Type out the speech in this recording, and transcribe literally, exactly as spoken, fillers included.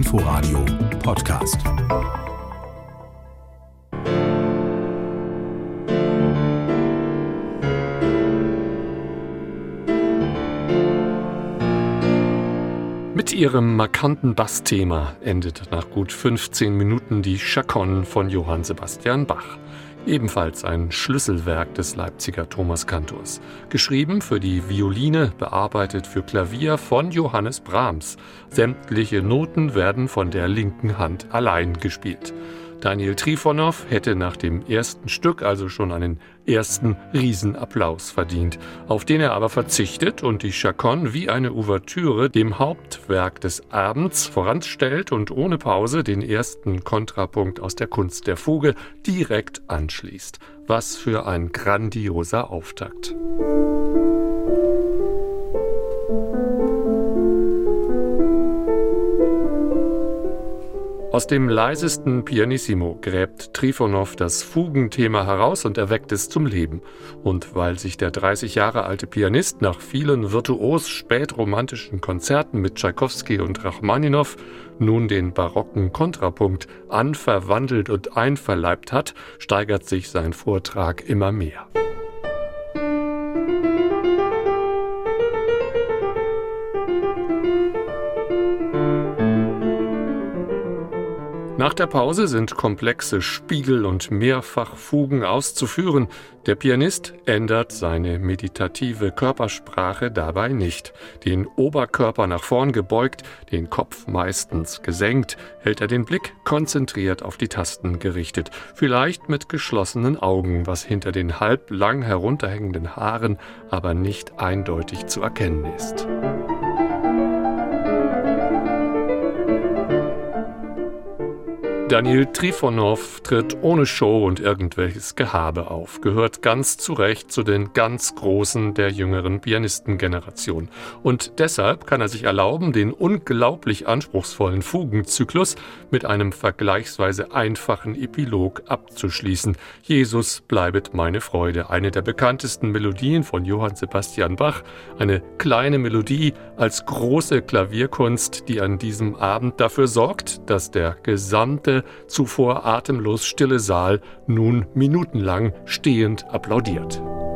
Inforadio Podcast. Mit ihrem markanten Bassthema endet nach gut fünfzehn Minuten die Chaconne von Johann Sebastian Bach. Ebenfalls ein Schlüsselwerk des Leipziger Thomaskantors. Geschrieben für die Violine, bearbeitet für Klavier von Johannes Brahms. Sämtliche Noten werden von der linken Hand allein gespielt. Daniel Trifonow hätte nach dem ersten Stück also schon einen ersten Riesenapplaus verdient, auf den er aber verzichtet und die Chaconne wie eine Ouvertüre dem Hauptwerk des Abends voranstellt und ohne Pause den ersten Kontrapunkt aus der Kunst der Fuge direkt anschließt. Was für ein grandioser Auftakt. Aus dem leisesten Pianissimo gräbt Trifonow das Fugenthema heraus und erweckt es zum Leben. Und weil sich der dreißig Jahre alte Pianist nach vielen virtuos spätromantischen Konzerten mit Tschaikowski und Rachmaninow nun den barocken Kontrapunkt anverwandelt und einverleibt hat, steigert sich sein Vortrag immer mehr. Nach der Pause sind komplexe Spiegel- und Mehrfachfugen auszuführen. Der Pianist ändert seine meditative Körpersprache dabei nicht. Den Oberkörper nach vorn gebeugt, den Kopf meistens gesenkt, hält er den Blick konzentriert auf die Tasten gerichtet. Vielleicht mit geschlossenen Augen, was hinter den halblang herunterhängenden Haaren aber nicht eindeutig zu erkennen ist. Daniel Trifonow tritt ohne Show und irgendwelches Gehabe auf, gehört ganz zu Recht zu den ganz Großen der jüngeren Pianistengeneration. Und deshalb kann er sich erlauben, den unglaublich anspruchsvollen Fugenzyklus mit einem vergleichsweise einfachen Epilog abzuschließen. Jesus bleibet meine Freude, eine der bekanntesten Melodien von Johann Sebastian Bach, eine kleine Melodie als große Klavierkunst, die an diesem Abend dafür sorgt, dass der gesamte zuvor atemlos stille Saal nun minutenlang stehend applaudiert.